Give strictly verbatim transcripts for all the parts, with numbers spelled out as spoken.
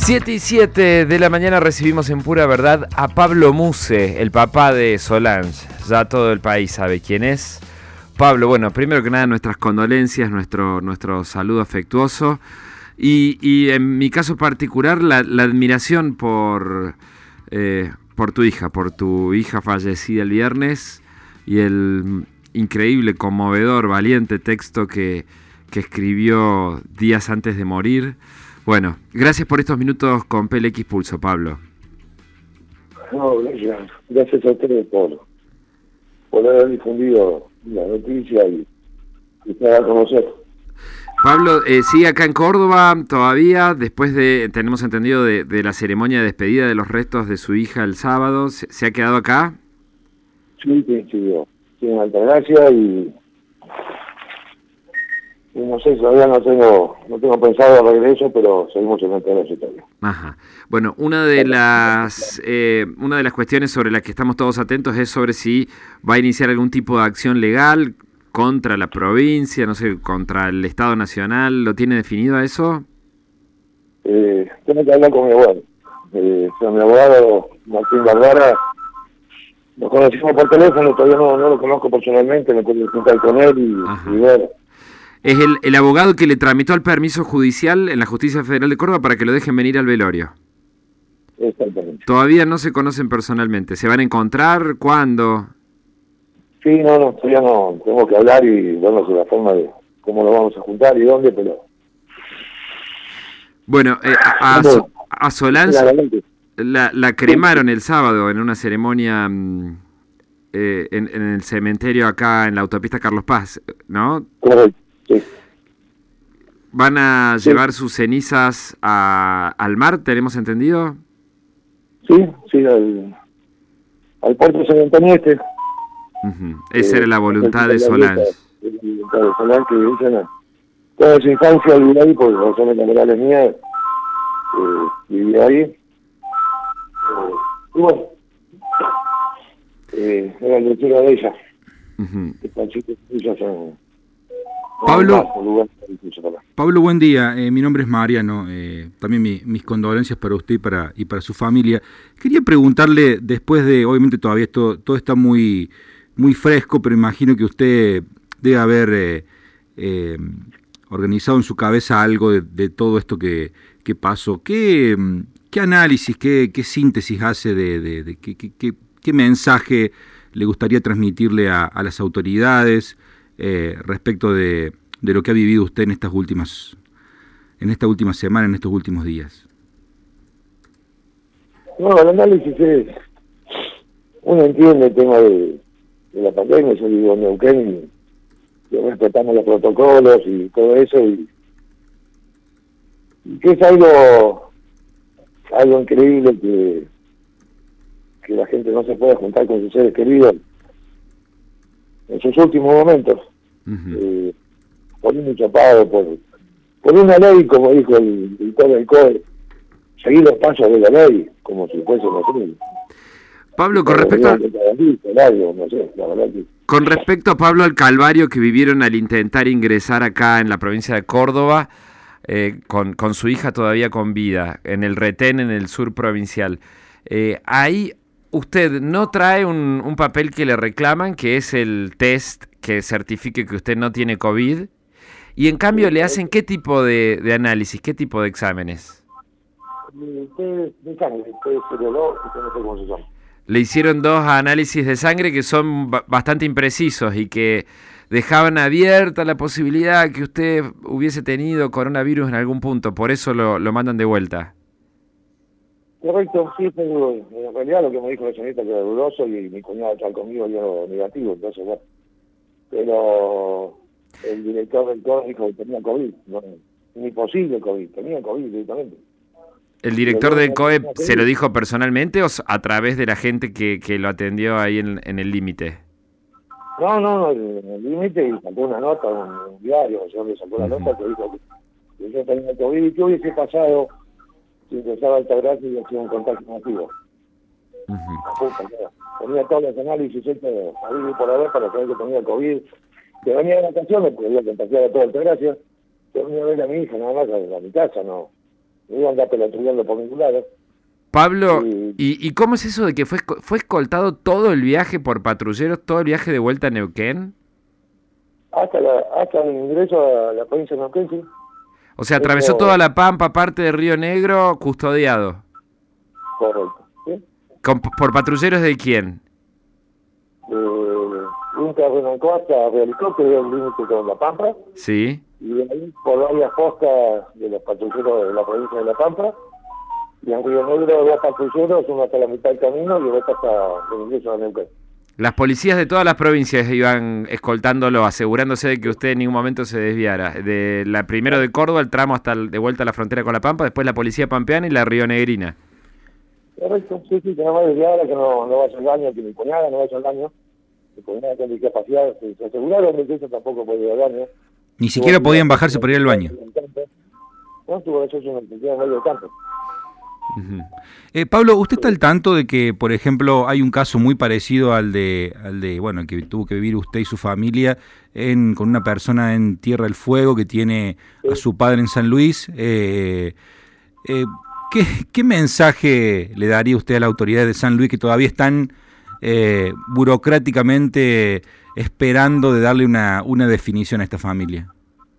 siete y siete de la mañana recibimos en Pura Verdad a Pablo Muse, el papá de Solange. Ya todo el país sabe quién es. Pablo, bueno, primero que nada nuestras condolencias, nuestro, nuestro saludo afectuoso y, y en mi caso particular la, la admiración por, eh, por tu hija, por tu hija fallecida el viernes y el increíble, conmovedor, valiente texto que, que escribió días antes de morir. Bueno, gracias por estos minutos con P L X Pulso, Pablo. No, gracias, gracias a ustedes por, por haber difundido la noticia y, y para conocer. Pablo, eh, ¿sigue acá en Córdoba todavía? Después de, tenemos entendido, de, de la ceremonia de despedida de los restos de su hija el sábado, ¿se, se ha quedado acá? Sí, sí, sí, sí, en Altagracia y, y no sé, todavía no tengo no tengo pensado el regreso, pero seguimos en Altagracia todavía. Ajá. Bueno, una de las eh, una de las cuestiones sobre las que estamos todos atentos es sobre si va a iniciar algún tipo de acción legal contra la provincia, no sé, contra el Estado Nacional. ¿Lo tiene definido a eso? Eh, tengo que hablar con mi abogado. Eh, con mi abogado Martín Barbara. Nos conocimos por teléfono, todavía no, no lo conozco personalmente, me puedo juntar con él y, y ver. Es el, el abogado que le tramitó el permiso judicial en la Justicia Federal de Córdoba para que lo dejen venir al velorio. Exactamente. Todavía no se conocen personalmente. ¿Se van a encontrar? ¿Cuándo? Sí, no, no, todavía no. Tengo que hablar y vernos la forma de cómo lo vamos a juntar y dónde, pero... Bueno, eh, a, a, so, a Solange la, la cremaron el sábado en una ceremonia eh, en, en el cementerio acá en la autopista Carlos Paz, ¿no? Correcto. Sí. ¿Van a sí. llevar sus cenizas a, al mar, tenemos entendido? Sí, sí, al, al puerto San Antonio Este. Uh-huh. Esa eh, era la voluntad de Solange. La voluntad de Solange, que dicen, toda su infancia vivió ahí, por razones laborales mías, eh, vivió ahí. Eh, y bueno, eh, era el destino de ella. Uh-huh. Estas chicas ellas son... Pablo, Pablo, buen día. Eh, mi nombre es Mariano. Eh, también mi, mis condolencias para usted y para, y para su familia. Quería preguntarle, después de, obviamente todavía esto todo está muy, muy fresco, pero imagino que usted debe haber eh, eh, organizado en su cabeza algo de, de todo esto que, que pasó. ¿Qué, qué análisis, qué, qué síntesis hace de, de, de qué, qué, qué, qué mensaje le gustaría transmitirle a, a las autoridades? Eh, respecto de, de lo que ha vivido usted en estas últimas en esta última semana, en estos últimos días. No, el análisis es, uno entiende el tema de, de la pandemia, yo vivo en Neuquén y, y respetamos los protocolos y todo eso y, y que es algo algo increíble que que la gente no se pueda juntar con sus seres queridos en sus últimos momentos, uh-huh. eh, por un chapado, por, por una ley, como dijo el director del C O E, seguir los pasos de la ley, como si fuese así. Pablo, con respecto a... no sé, la verdad que... Con respecto, Pablo, al calvario que vivieron al intentar ingresar acá en la provincia de Córdoba, eh, con, con su hija todavía con vida, en el retén, en el sur provincial, eh, ahí... Usted no trae un, un papel que le reclaman, que es el test que certifique que usted no tiene COVID, y en cambio le hacen ¿qué tipo de, de análisis, qué tipo de exámenes? Le hicieron dos análisis de sangre que son b- bastante imprecisos y que dejaban abierta la posibilidad que usted hubiese tenido coronavirus en algún punto, por eso lo, lo mandan de vuelta. Correcto, sí, pero en realidad lo que me dijo la señorita que era dudoso y mi cuñado está conmigo dio negativo, entonces bueno. Pero el director del C O E dijo que tenía COVID, no, ni posible COVID, tenía COVID directamente. ¿El director del C O E se lo dijo personalmente o a través de la gente que, que lo atendió ahí en, en el límite? No, no, no, en el límite y sacó una nota, un, un diario, o sea, le sacó la uh-huh. nota que dijo que, que yo tenía COVID y que hubiese pasado si empezaba Altagracia y hacía un contacto masivo. Uh-huh. Tenía todos los análisis hechos a por haber para saber que tenía COVID. Que venía de vacaciones, porque había contagiado a toda Altagracia. Yo venía a ver a mi hija, nada más a, a mi casa, no me iba a andar pelotudeando por ningún lado. Pablo, y, ¿y, ¿y cómo es eso de que fue, fue escoltado todo el viaje por patrulleros, todo el viaje de vuelta a Neuquén? Hasta, la, hasta el ingreso a la provincia de Neuquén, sí. O sea, atravesó Eso, toda la Pampa, parte de Río Negro, custodiado. Correcto, ¿sí? ¿Con, ¿Por patrulleros de quién? Eh, un terreno en costa, realizó que era el límite con la Pampa. Sí. Y de ahí por varias postas de los patrulleros de la provincia de La Pampa. Y en Río Negro dos patrulleros, uno hasta la mitad del camino y el otro hasta el ingreso a Neuquén. Las policías de todas las provincias iban escoltándolo, asegurándose de que usted en ningún momento se desviara. De la primero de Córdoba, el tramo hasta el, de vuelta a la frontera con La Pampa, después la policía pampeana y la rionegrina. Correcto, sí, sí, que no me desviara, que no, no vaya al daño, que mi cuñada no vaya al daño. Mi cuñada con discapacidad, se, se aseguraron de que eso tampoco podía ir al daño. Ni siquiera podían bajarse para ir al baño. No, tuvo que hacerse una actividad en medio del campo. Uh-huh. eh, Pablo, ¿usted está al tanto de que, por ejemplo, hay un caso muy parecido al de, al de bueno, que tuvo que vivir usted y su familia en, con una persona en Tierra del Fuego que tiene sí. a su padre en San Luis? Eh, eh, ¿qué, ¿Qué mensaje le daría usted a la autoridad de San Luis que todavía están eh, burocráticamente esperando de darle una, una definición a esta familia?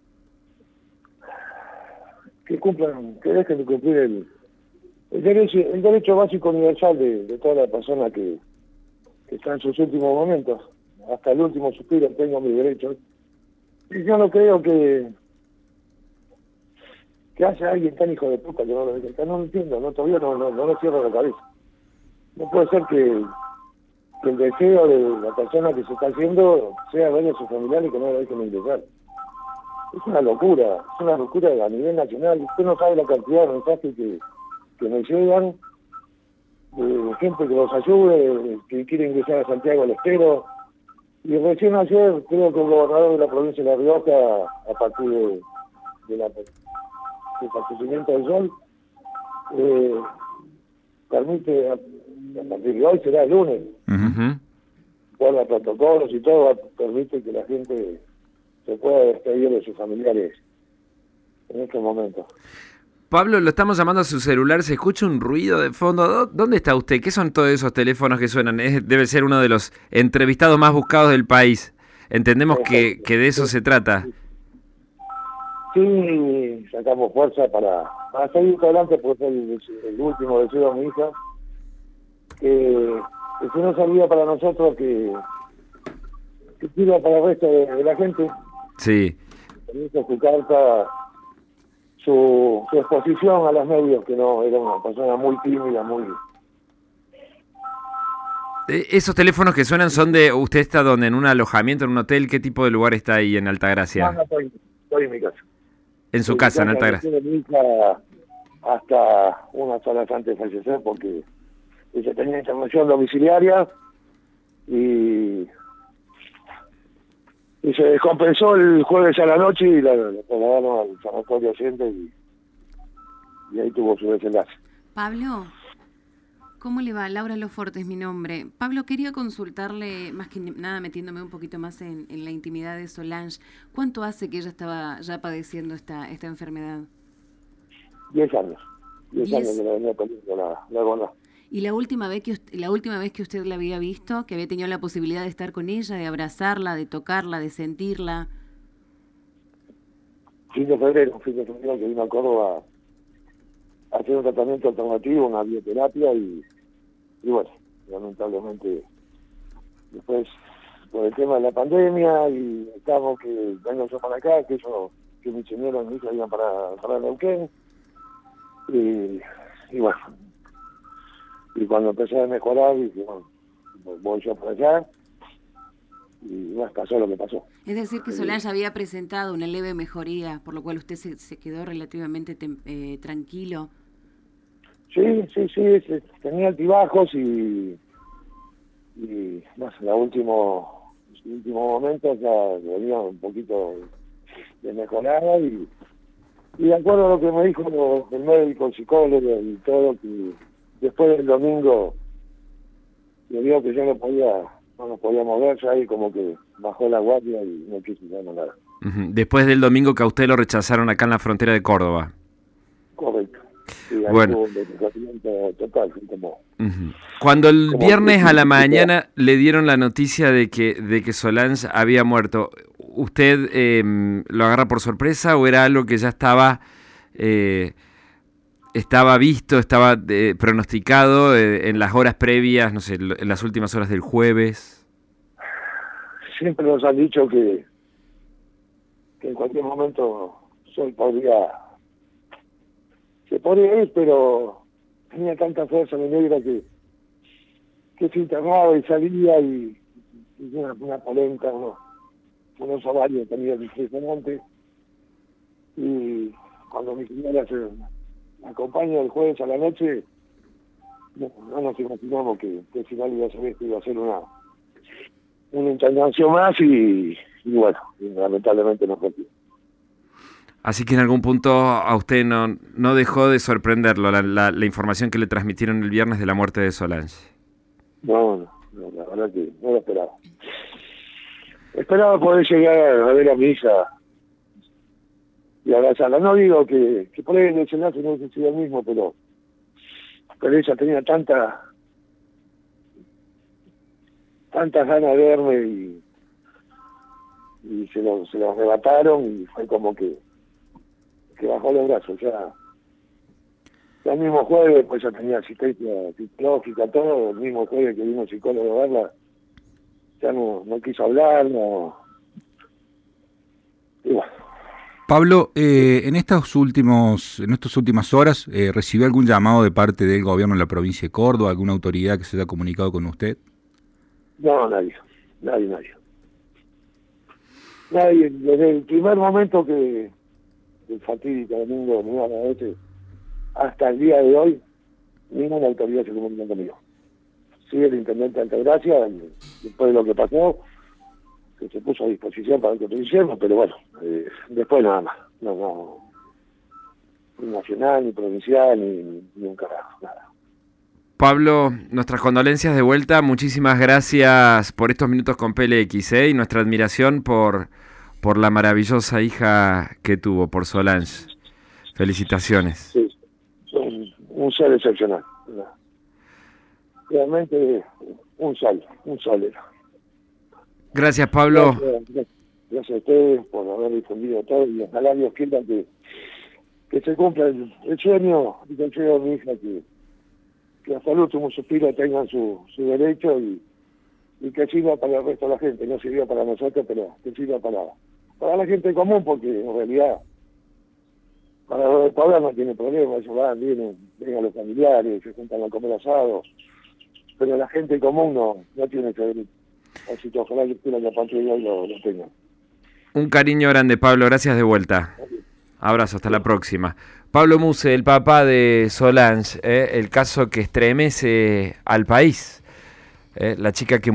Que cumplan, que dejen de cumplir el El derecho, el derecho básico universal de, de toda la persona que, que está en sus últimos momentos, hasta el último suspiro tengo mis derechos. Y yo no creo que que haya alguien tan hijo de puta que no lo deje. No lo entiendo, no, todavía no, no, no lo cierro la cabeza. No puede ser que, que el deseo de la persona que se está haciendo sea ver a sus familiares y que no lo dejen ingresar. Es una locura, es una locura a nivel nacional. Usted no sabe la cantidad de mensajes que que me llegan, de gente que los ayude, que quiere ingresar a Santiago al Estero. Y recién ayer creo que el gobernador de la provincia de La Rioja, a partir de, de la, del abastecimiento del sol, eh, permite, a, a partir de hoy será el lunes, uh-huh. guarda protocolos y todo, permite que la gente se pueda despedir de sus familiares en estos momentos. Pablo, lo estamos llamando a su celular, se escucha un ruido de fondo. ¿Dónde está usted? ¿Qué son todos esos teléfonos que suenan? Es, debe ser uno de los entrevistados más buscados del país. Entendemos que, que de eso se trata. Sí, sacamos fuerza para, para seguir adelante, pues el, el último deseo de mi hija, que, que si no salía para nosotros, que, que sirva para el resto de, de la gente. Sí. Permite su carta. Su, su exposición a los medios, que no, era una persona muy tímida, muy... ¿Esos teléfonos que suenan son de... ¿Usted está donde? ¿En un alojamiento, en un hotel? ¿Qué tipo de lugar está ahí en Altagracia? No, no, estoy, estoy en mi casa. ¿En su casa, en Altagracia? Mi hija hasta unas horas antes de fallecer, porque ella tenía internación domiciliaria y... y se descompensó el jueves a la noche y la, la trasladaron al sanatorio Allende y, y ahí tuvo su desenlace. Pablo, ¿cómo le va? Laura Loforte es mi nombre. Pablo, quería consultarle, más que nada metiéndome un poquito más en, en la intimidad de Solange, ¿cuánto hace que ella estaba ya padeciendo esta esta enfermedad? Diez años. Diez, Diez... años que la venía poniendo la, la gorda. ¿Y la última vez que usted, la última vez que usted la había visto, que había tenido la posibilidad de estar con ella, de abrazarla, de tocarla, de sentirla? Fin de febrero, fin de febrero que vino a Córdoba a hacer un tratamiento alternativo, una bioterapia y, y bueno, lamentablemente después por el tema de la pandemia y estamos que vengo yo para acá, que yo, que mi señora y mi hija iban para, para Neuquén y, y bueno. Y cuando empecé a mejorar, dije, bueno, voy yo por allá, y bueno, pasó lo que pasó. Es decir, que Solange había presentado una leve mejoría, por lo cual usted se, se quedó relativamente tem, eh, tranquilo. Sí, sí, sí, sí, tenía altibajos y, y no sé, en los últimos último momentos ya venía un poquito de mejorada y, y de acuerdo a lo que me dijo el médico, el psicólogo y todo, que después del domingo le digo que yo no podía no nos podía mover, ya ahí como que bajó la guardia y no quiso nada. Uh-huh. Después del domingo que a usted lo rechazaron acá en la frontera de Córdoba. Correcto. Sí, bueno. Un desplazamiento total, como, uh-huh. Cuando el como viernes que, a la mañana le dieron la noticia de que, de que Solange había muerto, ¿usted eh, lo agarra por sorpresa o era algo que ya estaba... Eh, estaba visto, estaba eh, pronosticado eh, en las horas previas, no sé, en las últimas horas del jueves? Siempre nos han dicho que, que en cualquier momento Sol podría, se podría ir, pero tenía tanta fuerza mi negra que, que se internaba y salía y, y una, una polenta, unos, unos ovarios tenía impresionante. Y cuando mi señora se me acompaña el jueves a la noche, no, no nos imaginamos que, que al final iba a ser esto, iba a ser una una internación más y, y bueno, y lamentablemente no fue así. Así que en algún punto a usted no, no dejó de sorprenderlo la, la, la información que le transmitieron el viernes de la muerte de Solange. No, no, no, la verdad que no lo esperaba. Esperaba poder llegar a ver a mi hija y abrazarla. No digo que, que por ahí el desenlace no hubiese sido el mismo, pero, pero ella tenía tanta tantas ganas de verme y, y se lo, se lo arrebataron y fue como que, que bajó los brazos. Ya, ya el mismo jueves pues ya tenía asistencia psicológica, todo, el mismo jueves que vino el psicólogo a verla, ya no, no quiso hablar, no. Y bueno. Pablo, eh, en estos últimos, en estas últimas horas, eh, ¿recibió algún llamado de parte del gobierno de la provincia de Córdoba, alguna autoridad que se haya comunicado con usted? No, nadie, nadie, nadie. Nadie, desde el primer momento que el fatídico domingo de la noche hasta el día de hoy, ninguna autoridad se comunicó conmigo. Sí, el intendente de Altagracia, después de lo que pasó, que se puso a disposición para que lo hiciéramos, pero bueno, eh, después nada más. No, no, ni nacional, ni provincial, ni, ni un carajo, nada. Pablo, nuestras condolencias de vuelta, muchísimas gracias por estos minutos con P L X, ¿eh? Y nuestra admiración por, por la maravillosa hija que tuvo, por Solange. Felicitaciones. Sí, un, un ser excepcional. Realmente un sol, un sol era. Gracias, Pablo. Gracias, gracias a ustedes por haber difundido todo y ojalá Dios quiera que, que se cumpla el, el sueño y que el sueño de mi hija que que hasta el último suspiro tengan su, su derecho y, y que sirva para el resto de la gente, no sirva para nosotros, pero que sirva para, para la gente común, porque en realidad para los de Puebla no tiene problema, ellos van, vienen, vengan los familiares, se juntan a comer asado, pero la gente común no, no tiene ese derecho. Así que ojalá que quiera que a partir de hoy lo, lo tengan. Un cariño grande, Pablo, gracias de vuelta. Abrazo, hasta la próxima. Pablo Muse, el papá de Solange, eh, el caso que estremece al país, eh, la chica que